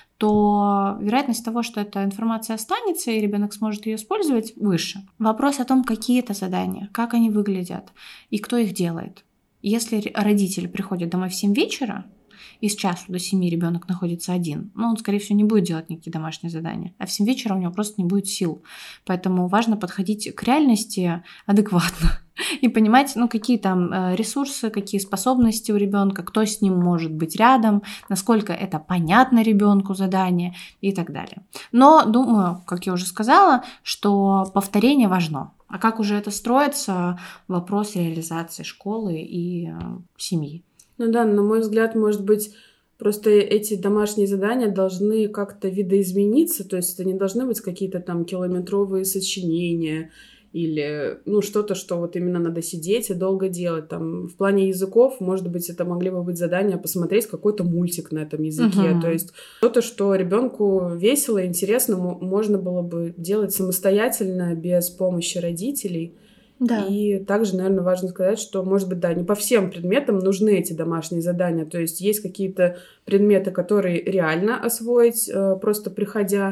то вероятность того, что эта информация останется и ребенок сможет ее использовать, выше. Вопрос о том, какие это задания, как они выглядят и кто их делает. Если родитель приходит домой в семь вечера, и с часу до семи ребенок находится один, но он, скорее всего, не будет делать никакие домашние задания, а в семь вечера у него просто не будет сил. Поэтому важно подходить к реальности адекватно и понимать, ну, какие там ресурсы, какие способности у ребенка, кто с ним может быть рядом, насколько это понятно ребенку задание и так далее. Но думаю, как я уже сказала, что повторение важно. А как уже это строится, вопрос реализации школы и э, семьи. Ну да, на мой взгляд, может быть, просто эти домашние задания должны как-то видоизмениться, то есть это не должны быть какие-то там километровые сочинения или, ну, что-то, что вот именно надо сидеть и долго делать. Там, в плане языков, может быть, это могли бы быть задания посмотреть какой-то мультик на этом языке. Uh-huh. То есть что-то, что ребенку весело, интересно, можно было бы делать самостоятельно, без помощи родителей. Да. И также, наверное, важно сказать, что, может быть, да, не по всем предметам нужны эти домашние задания. То есть есть какие-то предметы, которые реально освоить, просто приходя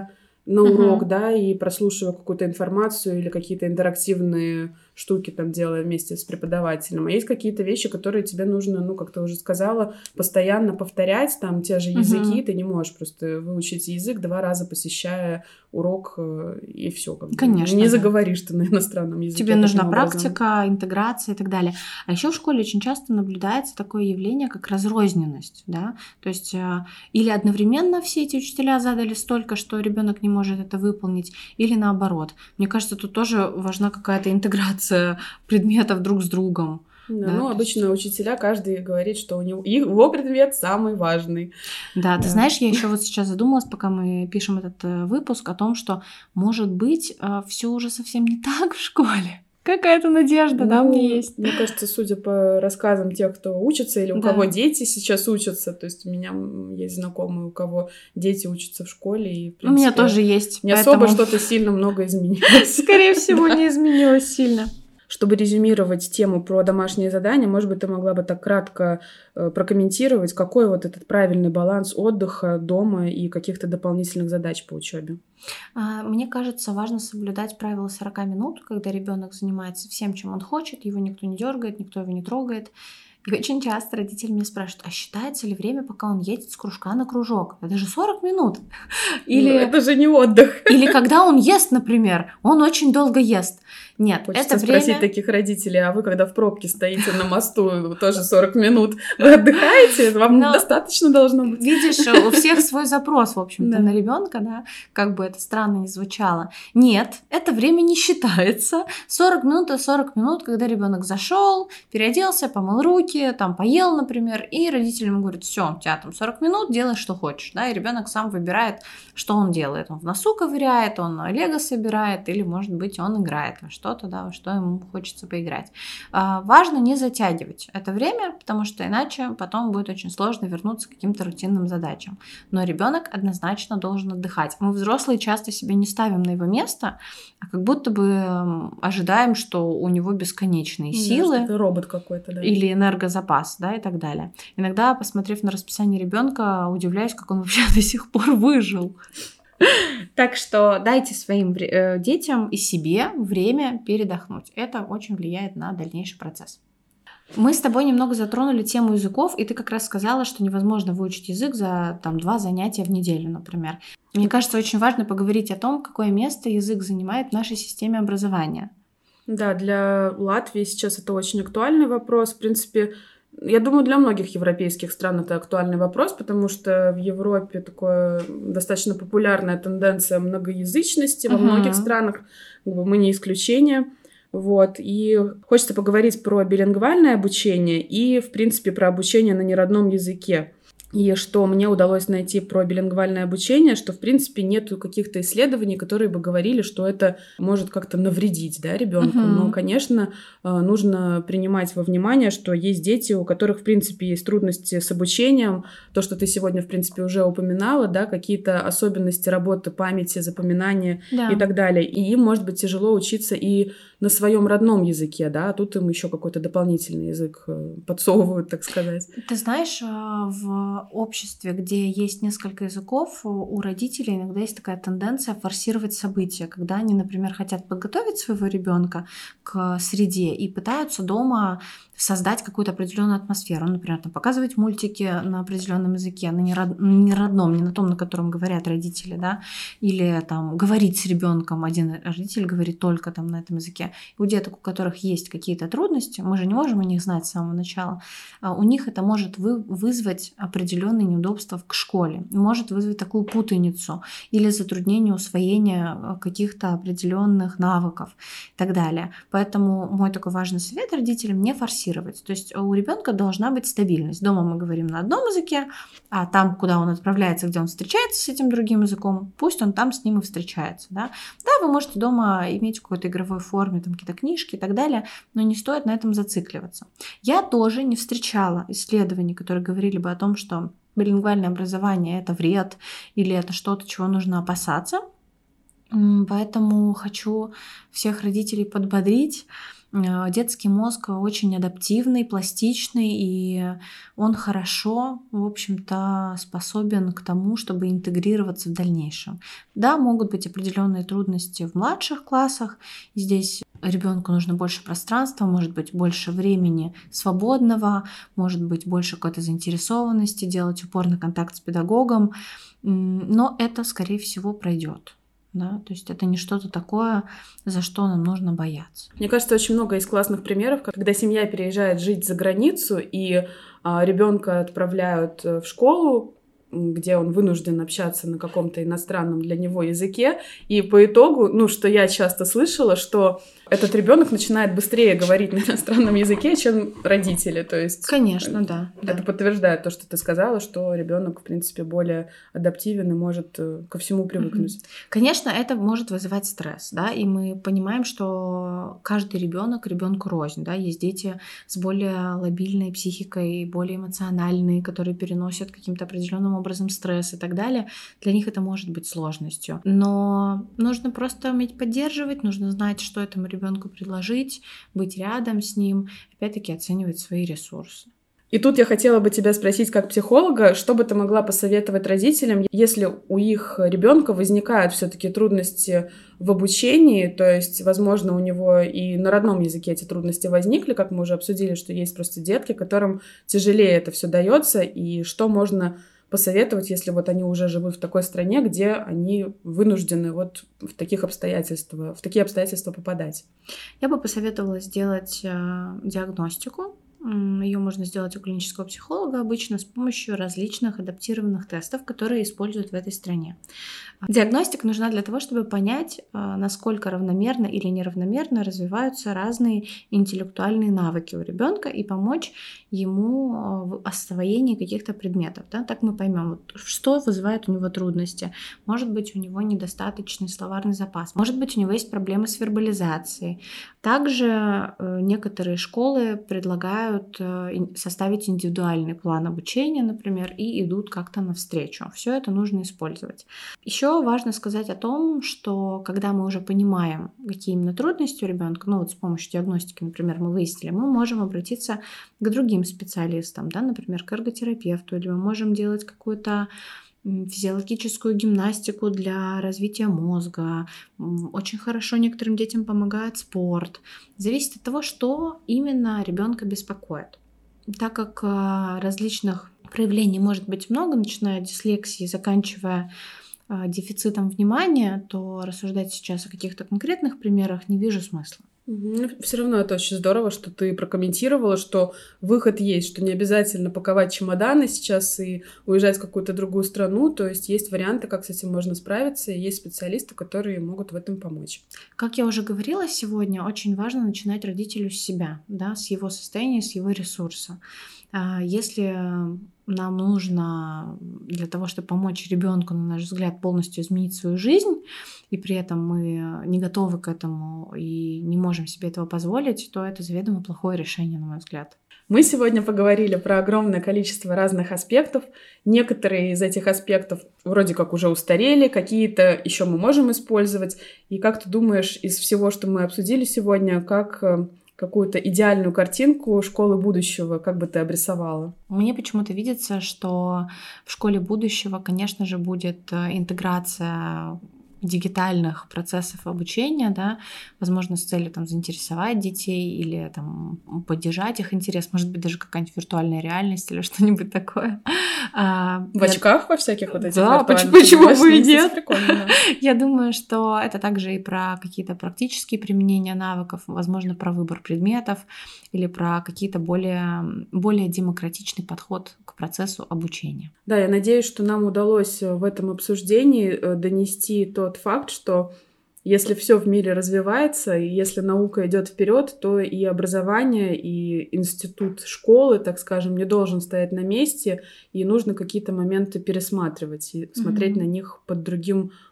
на урок, Мгм. да, и прослушивая какую-то информацию или какие-то интерактивные штуки там делая вместе с преподавателем. А есть какие-то вещи, которые тебе нужно, ну, как ты уже сказала, постоянно повторять, там, те же языки. Мгм. Ты не можешь просто выучить язык два раза, посещая урок, э, и все, как бы. Конечно, Не да. заговоришь ты на иностранном языке Тебе нужна таким образом. практика, интеграция и так далее. А еще в школе очень часто наблюдается такое явление, как разрозненность, да, то есть э, или одновременно все эти учителя задали столько, что ребенок не может это выполнить, или наоборот. Мне кажется, тут тоже важна какая-то интеграция предметов друг с другом. Да, Да, ну, то есть- обычно учителя, каждый говорит, что у него его предмет самый важный. Да, ты Да. знаешь, я еще вот сейчас задумалась, пока мы пишем этот э, выпуск, о том, что, может быть, все уже совсем не так в школе. Какая-то надежда, да, Ну, мне есть. мне кажется, судя по рассказам тех, кто учится или у Да. кого дети сейчас учатся, то есть у меня м, есть знакомые, у кого дети учатся в школе, и, в У меня принципе, тоже есть, не особо поэтому, что-то сильно много изменилось. скорее всего, не изменилось сильно. Чтобы резюмировать тему про домашние задания, может быть, ты могла бы так кратко э, прокомментировать, какой вот этот правильный баланс отдыха дома и каких-то дополнительных задач по учебе. А, Мне кажется, важно соблюдать правило сорок минут, когда ребенок занимается всем, чем он хочет, его никто не дергает, никто его не трогает. И очень часто родители меня спрашивают, а считается ли время, пока он едет с кружка на кружок? Это же сорок минут. Или, Ну, это же не отдых. или когда он ест, например, он очень долго ест. Нет, Хочется это спросить время... таких родителей, а вы когда в пробке стоите на мосту, тоже сорок минут, вы отдыхаете? Вам Но- достаточно должно быть? Видишь, у всех свой запрос, в общем-то, Да. на ребенка, да, как бы это странно ни звучало. Нет, это время не считается. сорок минут это сорок минут, когда ребенок зашел, переоделся, помыл руки, там поел, например, и родители ему говорят, все, у тебя там сорок минут, делай, что хочешь, да, и ребенок сам выбирает, что он делает. Он в носу ковыряет, он лего собирает, или, может быть, он играет во что-то, да, во что ему хочется поиграть. А, важно не затягивать это время, потому что иначе потом будет очень сложно вернуться к каким-то рутинным задачам. Но ребенок однозначно должен отдыхать. Мы, взрослые, часто себя не ставим на его место, а как будто бы м, ожидаем, что у него бесконечные Да, силы. что это робот какой-то, да. Или энергозапас, да, и так далее. Иногда, посмотрев на расписание ребенка, удивляюсь, как он вообще до сих пор выжил. Так что дайте своим вре- э, детям и себе время передохнуть. Это очень влияет на дальнейший процесс. Мы с тобой немного затронули тему языков, и ты как раз сказала, что невозможно выучить язык за там, два занятия в неделю, например. Мне кажется, очень важно поговорить о том, какое место язык занимает в нашей системе образования. Да, для Латвии сейчас это очень актуальный вопрос. В принципе, я думаю, для многих европейских стран это актуальный вопрос, потому что в Европе такая достаточно популярная тенденция многоязычности во Мгм. многих странах. Как бы мы не исключение. Вот. И хочется поговорить про билингвальное обучение и, в принципе, про обучение на неродном языке. И что мне удалось найти про билингвальное обучение, что, в принципе, нету каких-то исследований, которые бы говорили, что это может как-то навредить, да, ребенку. Мгм. Но, конечно, э, нужно принимать во внимание, что есть дети, у которых, в принципе, есть трудности с обучением. То, что ты сегодня, в принципе, уже упоминала, да, какие-то особенности работы памяти, запоминания Да. и так далее. И им, может быть, тяжело учиться и на своем родном языке, да, а тут им еще какой-то дополнительный язык э, подсовывают, так сказать. Ты знаешь, э, в обществе, где есть несколько языков, у- у родителей иногда есть такая тенденция форсировать события, когда они, например, хотят подготовить своего ребенка к среде и пытаются дома создать какую-то определенную атмосферу, например, там, показывать мультики на определенном языке, на нерод- не родном, не на том, на котором говорят родители, да, или там говорить с ребенком, один родитель говорит только там на этом языке. И у деток, у которых есть какие-то трудности, мы же не можем о них знать с самого начала, а у них это может вы- вызвать определенные неудобства к школе, может вызвать такую путаницу или затруднение усвоения э, каких-то определенных навыков и так далее. Поэтому мой такой важный совет родителям — не форсировать. То есть у ребенка должна быть стабильность. Дома мы говорим на одном языке, а там, куда он отправляется, где он встречается с этим другим языком, пусть он там с ним и встречается. Да, да, вы можете дома иметь в какой-то игровой форме там какие-то книжки и так далее, но не стоит на этом зацикливаться. Я тоже не встречала исследований, которые говорили бы о том, что билингвальное образование — это вред или это что-то, чего нужно опасаться. М, Поэтому хочу всех родителей подбодрить. Детский мозг очень адаптивный, пластичный, и он хорошо, в общем-то, способен к тому, чтобы интегрироваться в дальнейшем. Да, могут быть определенные трудности в младших классах. Здесь ребенку нужно больше пространства, может быть, больше времени свободного, может быть, больше какой-то заинтересованности, делать упор на контакт с педагогом. Но это, скорее всего, пройдет. Да, то есть это не что-то такое, за что нам нужно бояться. Мне кажется, очень много есть классных примеров, когда семья переезжает жить за границу, и а, ребенка отправляют в школу, где он вынужден общаться на каком-то иностранном для него языке. И по итогу, ну, что я часто слышала, что этот ребенок начинает быстрее говорить на иностранном языке, чем родители. То есть, конечно, да. Это да. подтверждает то, что ты сказала, что ребенок, в принципе, более адаптивен и может ко всему привыкнуть. Конечно, это может вызывать стресс, да, и мы понимаем, что каждый ребенок ребенку рознь, да, есть дети с более лобильной психикой, более эмоциональные, которые переносят каким-то определенным образом стресс и так далее. Для них это может быть сложностью. Но нужно просто уметь поддерживать, нужно знать, что этому ребенку предложить, быть рядом с ним, опять-таки оценивать свои ресурсы. И тут я хотела бы тебя спросить как психолога, что бы ты могла посоветовать родителям, если у их ребенка возникают все-таки трудности в обучении, то есть, возможно, у него и на родном языке эти трудности возникли, как мы уже обсудили, что есть просто детки, которым тяжелее это все дается, и что можно посоветовать, если вот они уже живут в такой стране, где они вынуждены вот в таких обстоятельствах, в такие обстоятельства попадать? Я бы посоветовала сделать э, диагностику. Ее можно сделать у клинического психолога обычно с помощью различных адаптированных тестов, которые используют в этой стране. Диагностика нужна для того, чтобы понять, насколько равномерно или неравномерно развиваются разные интеллектуальные навыки у ребенка и помочь ему в освоении каких-то предметов. Да? Так мы поймем, что вызывает у него трудности. Может быть, у него недостаточный словарный запас. Может быть, у него есть проблемы с вербализацией. Также некоторые школы предлагают составить индивидуальный план обучения, например, и идут как-то навстречу. Все это нужно использовать. Еще важно сказать о том, что когда мы уже понимаем, какие именно трудности у ребенка, ну вот с помощью диагностики, например, мы выяснили, мы можем обратиться к другим специалистам, да, например, к эрготерапевту, или мы можем делать какую-то физиологическую гимнастику для развития мозга. Очень хорошо некоторым детям помогает спорт. Зависит от того, что именно ребенка беспокоит. Так как различных проявлений может быть много, начиная от дислексии, заканчивая дефицитом внимания, то рассуждать сейчас о каких-то конкретных примерах не вижу смысла. Угу. Все равно это очень здорово, что ты прокомментировала, что выход есть, что не обязательно паковать чемоданы сейчас и уезжать в какую-то другую страну, то есть есть варианты, как с этим можно справиться, и есть специалисты, которые могут в этом помочь. Как я уже говорила сегодня, очень важно начинать родителю с себя, да, с его состояния, с его ресурса. Если нам нужно для того, чтобы помочь ребенку, на наш взгляд, полностью изменить свою жизнь, и при этом мы не готовы к этому и не можем себе этого позволить, то это заведомо плохое решение, на мой взгляд. Мы сегодня поговорили про огромное количество разных аспектов. Некоторые из этих аспектов вроде как уже устарели, какие-то еще мы можем использовать. И как ты думаешь, из всего, что мы обсудили сегодня, как какую-то идеальную картинку школы будущего, как бы ты обрисовала? Мне почему-то видится, что в школе будущего, конечно же, будет интеграция дигитальных процессов обучения, да, возможно, с целью там заинтересовать детей или там поддержать их интерес, может быть, даже какая-нибудь виртуальная реальность или что-нибудь такое. В я... очках во всяких вот этих да, виртуальных? Почему бы и нет? Прикольно, да. Я думаю, что это также и про какие-то практические применения навыков, возможно, про выбор предметов или про какие-то более, более демократичный подход к процессу обучения. Да, я надеюсь, что нам удалось в этом обсуждении донести тот факт, что если все в мире развивается, и если наука идет вперед, то и образование, и институт школы, так скажем, не должен стоять на месте, и нужно какие-то моменты пересматривать и смотреть mm-hmm. на них под другим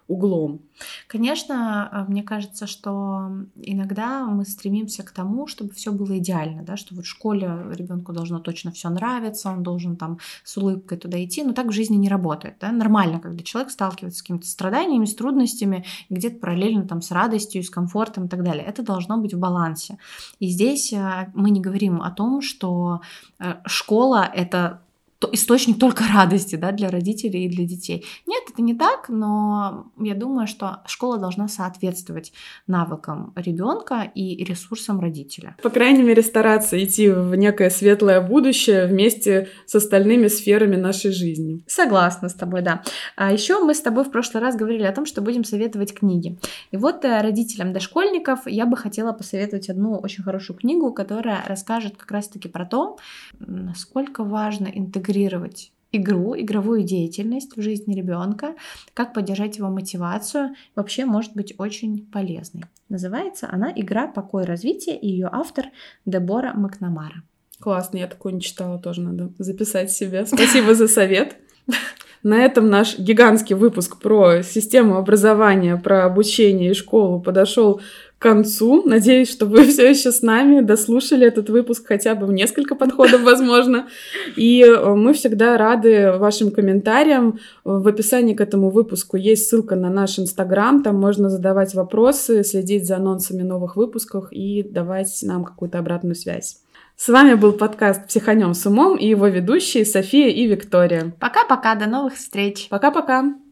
углом. Конечно, мне кажется, что иногда мы стремимся к тому, чтобы все было идеально, да, что вот в школе ребенку должно точно все нравиться, он должен там с улыбкой туда идти, но так в жизни не работает. Да? Нормально, когда человек сталкивается с какими-то страданиями, с трудностями, где-то параллельно там с радостью, с комфортом и так далее. Это должно быть в балансе. И здесь мы не говорим о том, что школа — это источник только радости, да, для родителей и для детей. Нет, это не так, но я думаю, что школа должна соответствовать навыкам ребенка и ресурсам родителя. По крайней мере, стараться идти в некое светлое будущее вместе с остальными сферами нашей жизни. Согласна с тобой, да. А еще мы с тобой в прошлый раз говорили о том, что будем советовать книги. И вот родителям дошкольников я бы хотела посоветовать одну очень хорошую книгу, которая расскажет как раз-таки про то, насколько важно интегрировать игру, игровую деятельность в жизни ребенка, как поддержать его мотивацию, вообще может быть очень полезной. Называется она «Игра, покой, развитие», и ее автор Дебора Макнамара. Классно, я такое не читала, тоже надо записать себе. Спасибо за совет. На этом наш гигантский выпуск про систему образования, про обучение и школу подошел к концу. Надеюсь, что вы все еще с нами, дослушали этот выпуск хотя бы в несколько подходов, возможно. И мы всегда рады вашим комментариям. В описании к этому выпуску есть ссылка на наш Инстаграм. Там можно задавать вопросы, следить за анонсами новых выпусков и давать нам какую-то обратную связь. С вами был подкаст «Психанем с умом» и его ведущие София и Виктория. Пока-пока, до новых встреч. Пока-пока.